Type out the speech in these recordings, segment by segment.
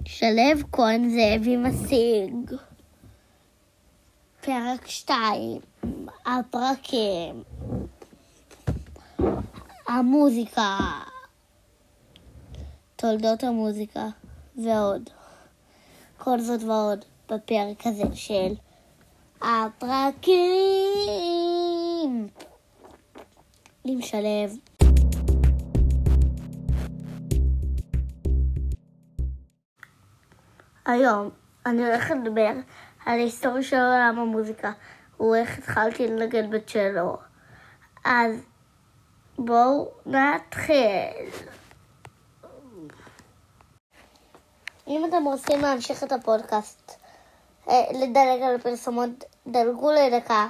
שלו כהן זאבי משיג. פרק 2. הפרקים. המוזיקה. תולדות המוזיקה ועוד. כל זאת ועוד בפרק הזה של הפרקים. עם שלו. היום אני הולכת לדבר על ההיסטוריה של עולם המוזיקה ואיך התחלתי לנגן בצ'לו. אז בואו נתחיל. אם אתם רוצים להמשיך את הפודקאסט, לדלג על הפרסומות, דלגו לדקה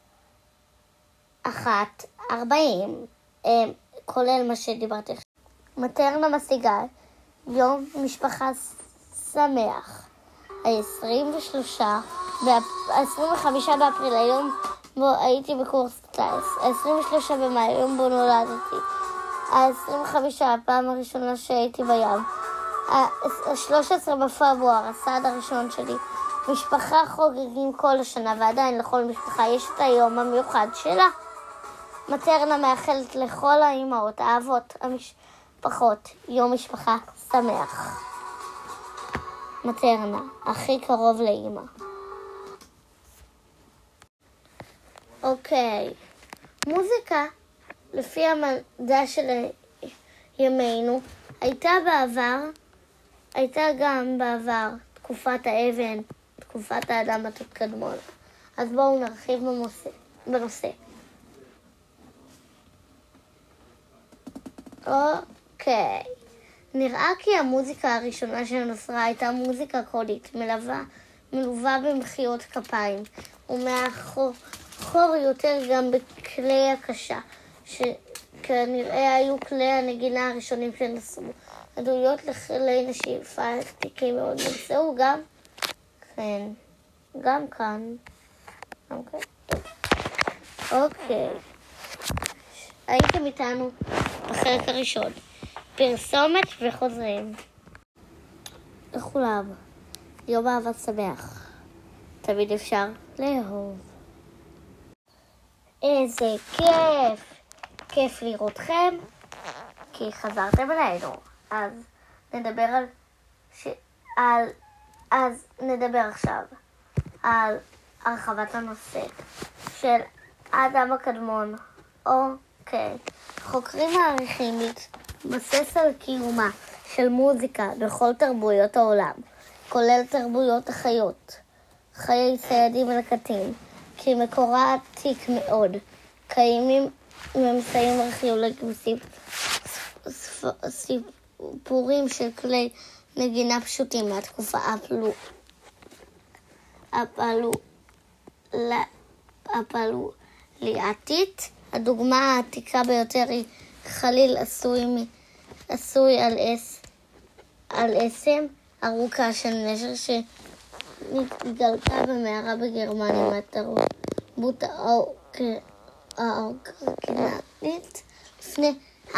1:40, כולל מה שדיברתי. מטרנה משיגה, יום משפחה שמח, ה-25 באפריל, היום בו הייתי בקורס טייס, ה-23 במאי, היום בו נולדתי, ה-25 הפעם הראשונה שהייתי בים, ה-13 בפברואר, הסעד הראשון שלי. משפחה חוגגים כל השנה, ועדיין לכל משפחה יש את היום המיוחד שלה. מטרנה מאחלת לכל האימהות, האבות, המשפחות, יום משפחה שמח. מטרנה, הכי קרוב לאמא. אוקיי, מוזיקה, לפי המדע של ימינו, הייתה גם בעבר תקופת האבן, תקופת האדם הקדמון. אז בואו נרחיב בנושא. אוקיי. נראה כי המוזיקה הראשונה שנוצרה הייתה מוזיקה קולית, מלווה במחיאות כפיים, ומאחור יותר גם בכלי הקשה, שכנראה היו כלי הנגינה הראשונים שנוצרו. עדויות לכלי נשיפה עתיקים מאוד נמצאו גם כאן. אוקיי. הייתם איתנו בחלק הראשון. פרסומת וחוזרים. לכולם, יום אהבה שמח. תמיד אפשר לאהוב. איזה כיף לראותכם, כי חזרתם אלינו. אז נדבר עכשיו על הרחבת הנושא של האדם הקדמון. אוקיי. חוקרים מעריכים להתבסס על קיומה של מוזיקה בכל תרבויות העולם, כולל תרבויות החיות, חיי ציידים ולקטים, כי מקורה עתיק מאוד. קיימים ממצאים ארכיאולוגיים סיפורים של כלי נגינה פשוטים מהתקופה הפלאוליתית. הדוגמה העתיקה ביותר היא חליל עשוי על אסם ארוכה של נשר שהתגלתה במערה בגרמניה מהתרבות האורגנטית לפני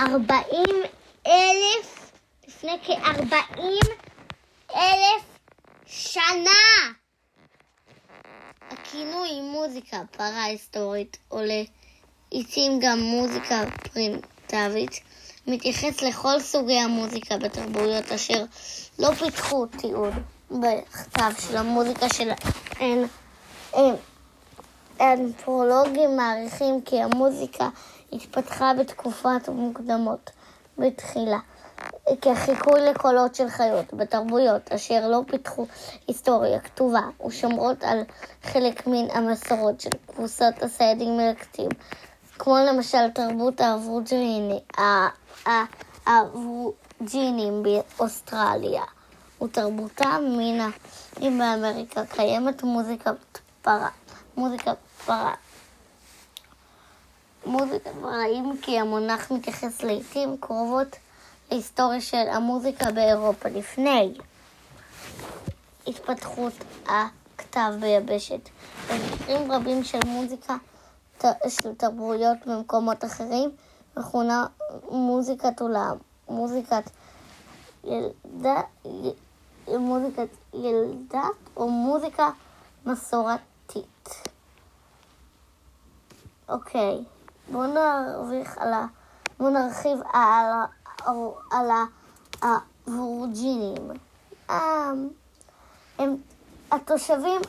כ-40,000 שנה. הכינוי מוזיקה פרה-היסטורית עולה לעיתים גם מוזיקה פרימיטיבית, מתייחס לכל סוגי המוזיקה בתרבויות אשר לא פיתחו תיעוד בכתב של המוזיקה שלהן. אנתרופולוגים מעריכים כי המוזיקה התפתחה בתקופות מוקדמות בתחילה כחיקוי לקולות של חיות בתרבויות אשר לא פיתחו היסטוריה כתובה ושומרות על חלק מן המסורות של קבוצות הציידים מלקטים, כמו למשל תרבות האבוריג'ינים באוסטרליה ותרבותם מינים באמריקה. קיימת מוזיקה פראים כי המונח מתייחס לעתים קרובות להיסטוריה של המוזיקה באירופה לפני התפתחות הכתב ביבשת. במקרים רבים של מוזיקה של תרבויות במקומות אחרים מכונה מוזיקת עולם, מוזיקת מוזיקת ילדת או מוזיקה מסורתית. אוקיי, בואו נרחיב על הוורגינים. התושבים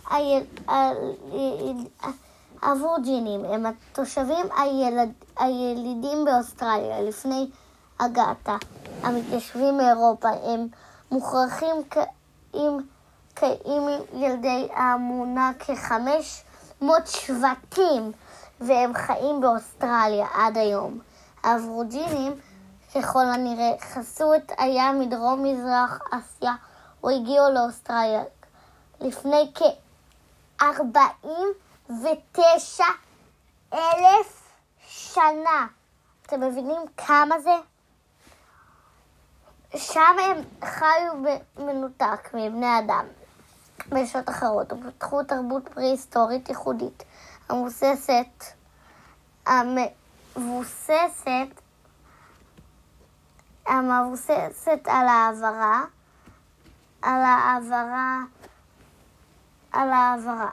הוורגינים הם התושבים הילידים באוסטרליה לפני הגעתה. המתיישבים מאירופה הם מוכרחים עם ילדי המונה כ-500 שבטים, והם חיים באוסטרליה עד היום. האבוריג'ינים ככל הנראה חסו את הים מדרום מזרח אסיה או הגיעו לאוסטרליה לפני כ-49,000 שנה. אתם מבינים כמה זה? שם הם חיו במנותק מבני אדם בשעות אחרות ופתחו תרבות פרה-היסטורית ייחודית המבוססת על העברה.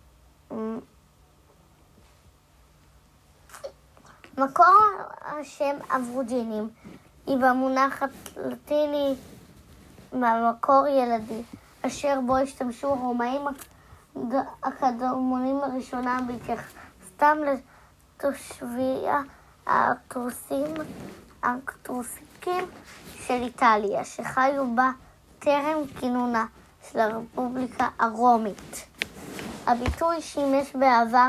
מקור השם אבוריג'ינים היא במונח הלטיני מהמקור ילדי, אשר בו השתמשו הרומאים הקדמונים לראשונה בהתייחסם לתושביה האטרוסיקים של איטליה, שחיו בה טרם כינונה של הרפובליקה הרומית. הביטוי שימש בעבר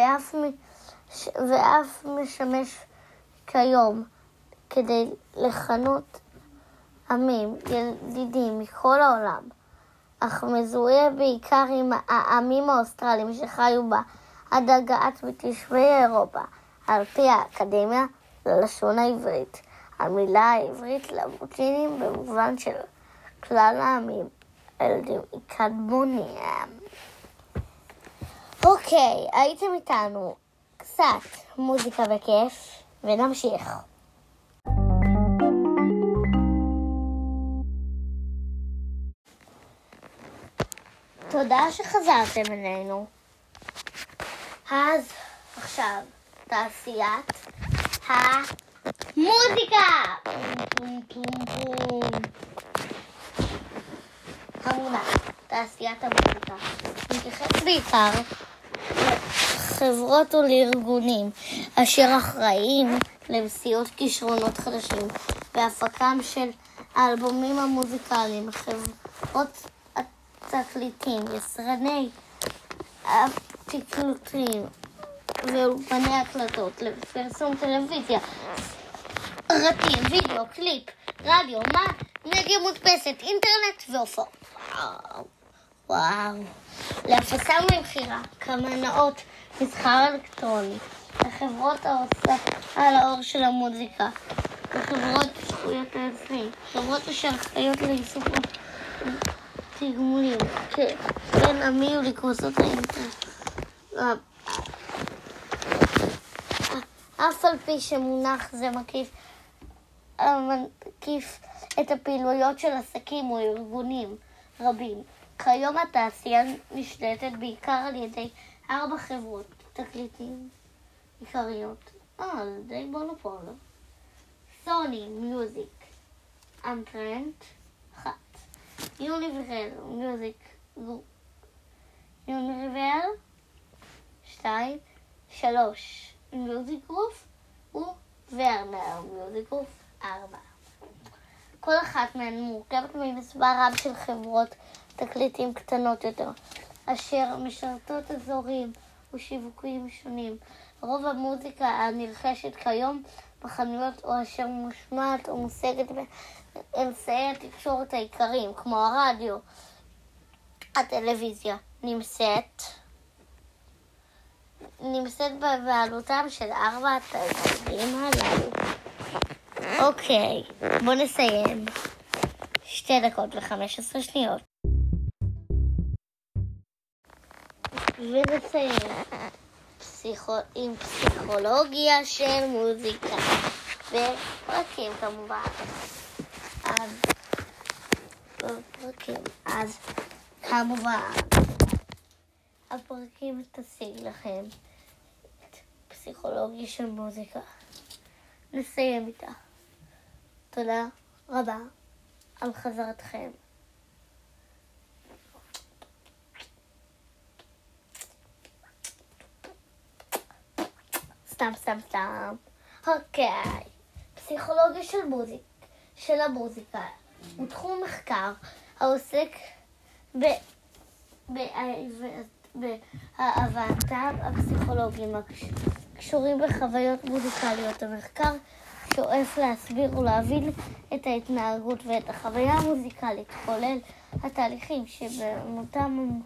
ואף משמש כיום כדי לכנות עמים ילידים מכל העולם, אך מזוהה בעיקר עם העמים האוסטרליים שחיו בה עד הגעת מתיישבי אירופה. על פי האקדמיה ללשון העברית, המילה העברית לאבוריג'ינים במובן של כלל העמים הילידים הקדמוניים. אוקיי, הייתם איתנו קצת מוזיקה בכיף ונמשיך. תודה שחזרתם אלינו. אז עכשיו תעשיית המוזיקה. המונח תעשיית המוזיקה מתייחס בעיקר לחברות ולארגונים אשר אחראים למציאות כישרונות חדשים והפקם של האלבומים המוזיקליים, חברות תקליטים, יצרני תקליטים ואולפני הקלטות לפרסום טלוויזיה, רטים, וידאו, קליפ, רדיו, מדיה מודפסת, אינטרנט והופעות. וואו. להפצה ומכירה, קמעונאות, מסחר אלקטרוני, לחברות ההוצאה לאור של המוזיקה, לחברות זכויות היוצרים, חברות אשר אחראיות לאיסוף תגמולים, בין עמי ולקבוצות האינטרנט. אף על פי שמונח זה מקיף את הפעילויות של עסקים או ארגונים רבים. כיום התעשייה נשלטת בעיקר על ידי 4 חברות תקליטים עיקריות. זה די מונופול. סוני מיוזיק, אמפרנט 1, יוניברסל 2, 3 מיוזיק גרופ וורנר מיוזיק גרופ 4. כל אחת מהן מורכבת ממספר רב של חברות תקליטים קטנות יותר, אשר משרתות אזורים ושיווקיים שונים. רוב המוזיקה הנרכשת כיום בחנויות או אשר מושמעת או מושגת באמצעי התקשורת העיקריים, כמו הרדיו, הטלוויזיה, נמצאת בבעלותם של 4 התאגידים הללו. אוקיי, בוא נסיים. 2:15. ונסיים עם פסיכולוגיה של מוזיקה ופרקים כמובן. בפרקים. אז כמובן, הפרקים תשיג לכם את פסיכולוגיה של מוזיקה. נסיים איתה. תודה רבה על חזרתכם. סתם. אוקיי. פסיכולוגיה של המוזיקה הוא תחום מחקר העוסק בהבאתם הפסיכולוגיים הקשורים בחוויות מוזיקליות. המחקר שואף להסביר ולהבין את ההתנהגות ואת החוויה המוזיקלית, כולל התהליכים שבאמצעותם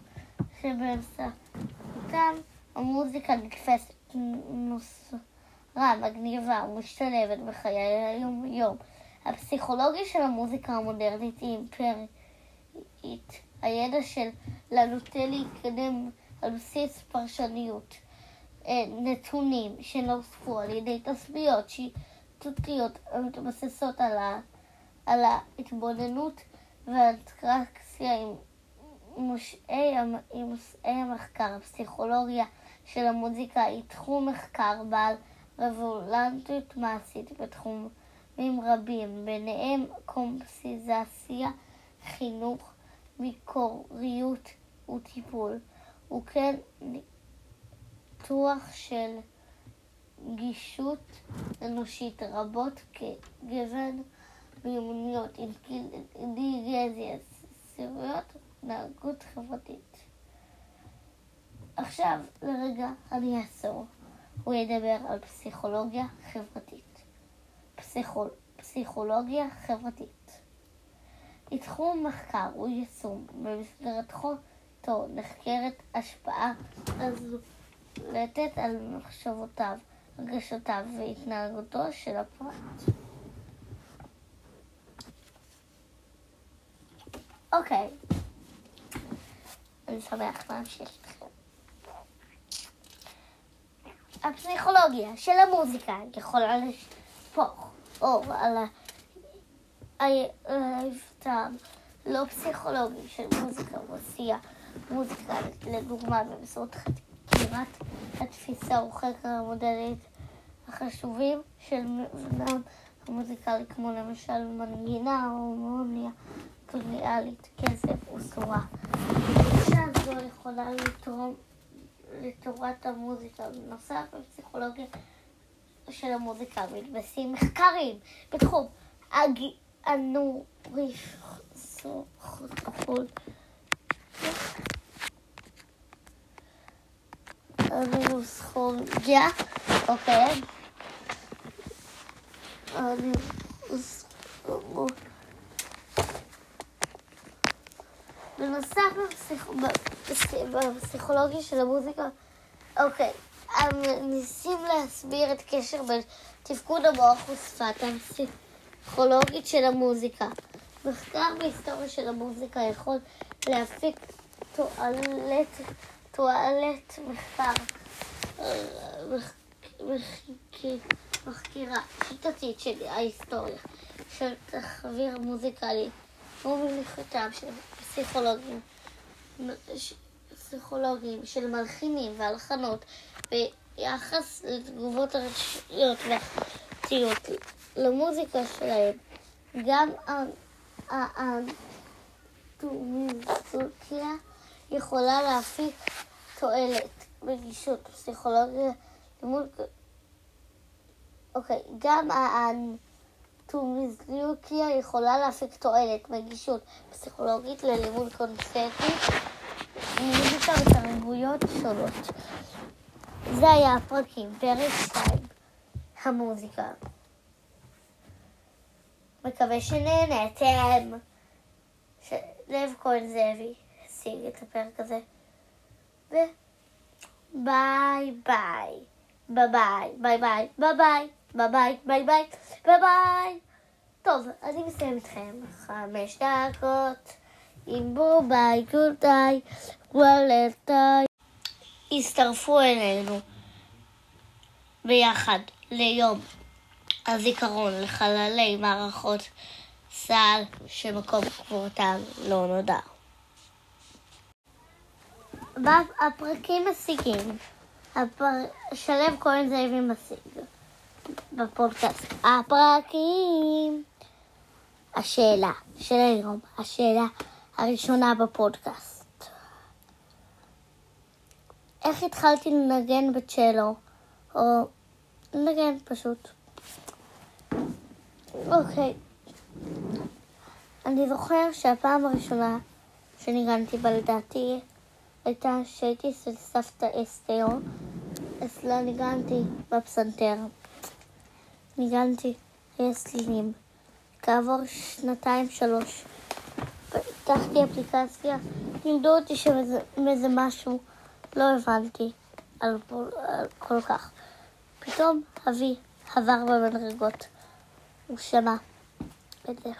המוזיקה נתפסת, נוסרה, מגניבה ומשתלבת בחיי היום-יום. הפסיכולוגיה של המוזיקה המודרנית היא אמפירית. הידע שלה נוטה להתקדם על בסיס פרשניות, נתונים שנוספו על ידי תסביות שיטתיות המתבססות על ההתבוננות והאינטראקציה עם מושאי המחקר. הפסיכולוגיה של המוזיקה היא תחום מחקר בעל רלוונטיות מעשית בתחומים רבים, ביניהם קומפוזיציה, חינוך, מקוריות וטיפול, וכן ניתוח של גישות אנושית רבות כגוון מיומנויות, אינטליגנציה, סבירות, התנהגות חברתית. עכשיו לרגע אני אעצור. הוא ידבר על פסיכולוגיה חברתית. פסיכולוגיה חברתית היא תחום מחקר ויישום. במסגרתו נחקרת השפעה הזולטת על מחשבותיו, רגשותיו והתנהגותו של הפרט. אוקיי. אני שמח להמשיך איתכם. הפסיכולוגיה של המוזיקה יכולה לשפוך אור על ההיבטים לא פסיכולוגיים של מוזיקה ועשייה מוזיקלית, לדוגמה באמצעות חקירת התפיסה וחקר המודלים החשובים של מבנם המוזיקלי, כמו למשל מנגינה, הרמוניה, טוניאלית, קצב וסורה. גישה זו יכולה לתרום לתורת המוזיקה. בנוסף, בפסיכולוגיה של המוזיקה מתבססים מחקרים בתחום הנוירוכימיה, אוקיי. בנוסף, בפסיכולוגיה של המוזיקה, אוקיי, ניסים להסביר את קשר בין תפקוד המוח ושפת הפסיכולוגית של המוזיקה. מחקר בהיסטוריה של המוזיקה יכול להפיק תועלת מחקר מחקירה שיטתית של ההיסטוריה של תחביר מוזיקלי ומניחותם של פסיכולוגים של מלחינים והלחנות ביחס לתגובות הרגשיות והחברתיות למוזיקה שלהם. גם האנטומיה יכולה להפיק תועלת בגישות פסיכולוגיה למול... אוקיי, גם האנטומיה יכולה להפיק תועלת בגישות פסיכולוגית ללימוד קונצרטים מוזיקה בתרבויות שונות. זה היה הפרקים, פרק 2, המוזיקה. מקווה שנהנתם. לב כהן זאבי השיג את הפרק הזה. וביי ביי. ביי ביי. ביי ביי. ביי ביי. ביי ביי. ביי ביי. ביי ביי. טוב, אני מסיים איתכם 5 דקות. עם ביי, גודיי, וולטי. הצטרפו אלינו ביחד ליום הזיכרון לחללי מערכות צה"ל שמקום קבורתם לא נודע. הפרקים משיגים. שלב כהן זאבי משיג בפודקאסט. הפרקים. השאלה של היום. השאלה הראשונה בפודקאסט. איך התחלתי לנגן בצ'לו? או לנגן פשוט. אוקיי. אני זוכר שהפעם הראשונה שניגנתי בה לדעתי הייתה שהייתי אצל סבתא אסתר, אצלה ניגנתי בפסנתר. ניגנתי סלילים. כעבור 2-3 פתחתי אפליקציה, לימדו אותי שמזה משהו לא הבנתי על כל כך. פתאום אבי עבר במדרגות. הוא שמע את זה.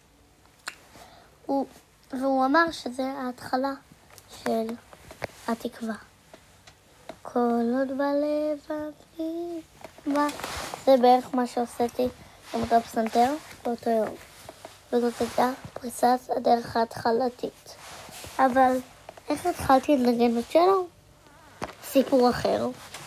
והוא אמר שזה ההתחלה של התקווה. כל עוד בלב אבי. זה בערך מה שעשיתי עם אותו פסנתר באותו יום. וזאת הייתה פריסת הדרך ההתחלתית. אבל איך התחלתי לנגן בצ'לו? סיפור אחר.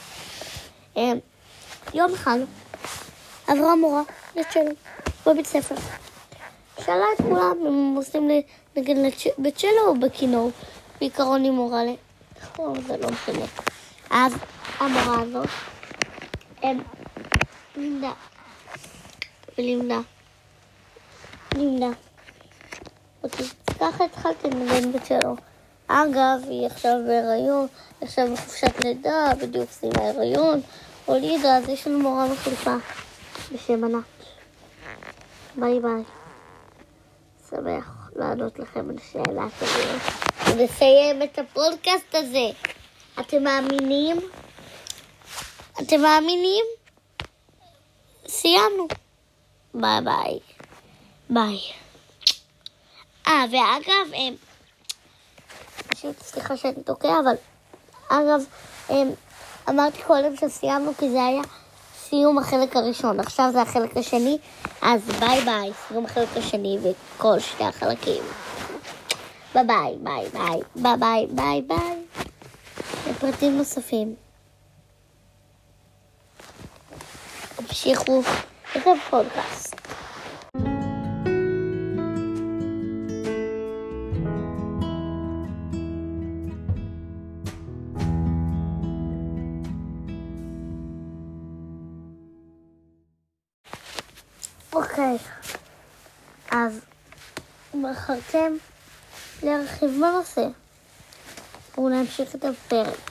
יום אחד עברה מורה לצ'לו בבית ספר. שאלה את כולם אם הם עושים לנגן בצ'לו או בכינור. בעיקרון היא מורה זה לא משנה. אז המורה הזאת לימדה אותי. ככה התחלתי לנגן בצ'לו. אגב, היא עכשיו בהיריון, עכשיו בחופשת לידה, בדיוק סיימה ההיריון, הולידה, אז יש לנו מורה מחליפה בשם ענת. ביי ביי. שמח לענות לכם על השאלה שלי. ונסיים את הפודקאסט הזה. אתם מאמינים? אתם מאמינים? סיימנו. ביי ביי. ביי. ואגב, סליחה שאני תוקע, אבל אגב, אמרתי קודם שסיימנו כי זה היה סיום החלק הראשון. עכשיו זה החלק השני, אז ביי ביי. סיום החלק השני וכל שני החלקים. ביי ביי, ביי ביי, ביי ביי, ביי ביי. לפרטים נוספים. המשיכו את הפודקאסט. אוקיי, אז בחרתם להרחיב בנושא ולהמשיך את הפרק.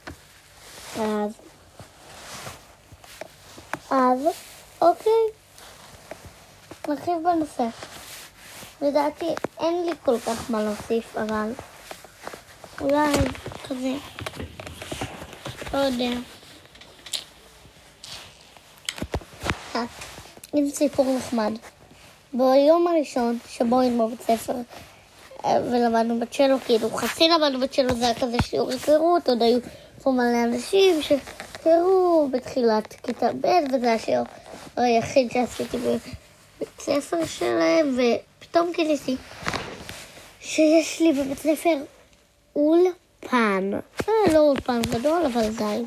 אז אוקיי, נרחיב בנושא. לדעתי אין לי כל כך מה להוסיף, אבל אולי כזה, לא יודע. עם סיפור נחמד. ביום הראשון שבו היינו בבית ספר ולמדנו בצ'לו, כאילו חצי למדנו בצ'לו, זה היה כזה שיעור היכרות, עוד היו פה מלא אנשים שהכירו בתחילת כיתה ב', וזה השיעור היחיד שעשיתי בבית ספר שלהם, ופתאום גיליתי שיש לי בבית ספר אולפן. לא אולפן גדול, אבל די.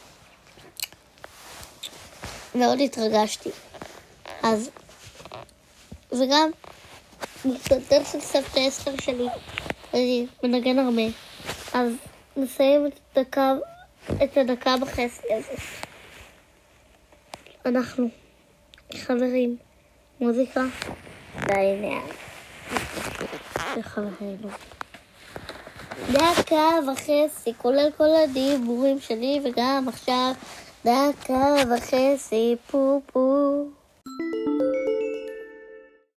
מאוד התרגשתי. אז, וגם מסתדר של סבתא אסתר שלי, אני מנגן הרבה. אז נסיים את הדקה בחצי הזה. אנחנו חברים, מוזיקה, והנה לחברינו. דקה וחצי, כולל כל הדיבורים שלי, וגם עכשיו דקה וחצי, פו פו